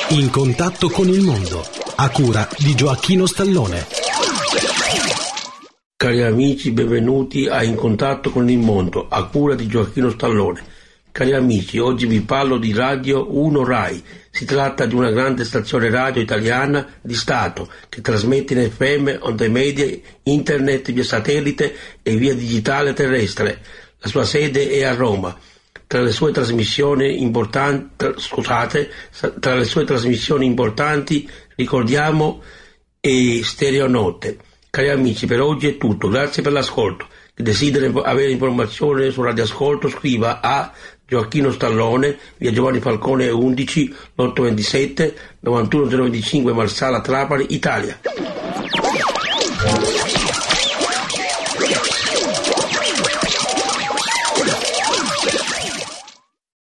In contatto con il mondo, a cura di Gioacchino Stallone. Cari amici, benvenuti a In contatto con il mondo, a cura di Gioacchino Stallone. Cari amici, oggi vi parlo di Radio 1 Rai. Si tratta di una grande stazione radio italiana di Stato che trasmette in FM, onde media, internet, via satellite e via digitale terrestre. La sua sede è a Roma. Tra le sue trasmissioni importanti ricordiamo Stereonotte. Cari amici, per oggi è tutto. Grazie per l'ascolto. Chi desidera avere informazioni su radioascolto scriva a Gioacchino Stallone, via Giovanni Falcone 11, 827 91025 Marsala, Trapani, Italia.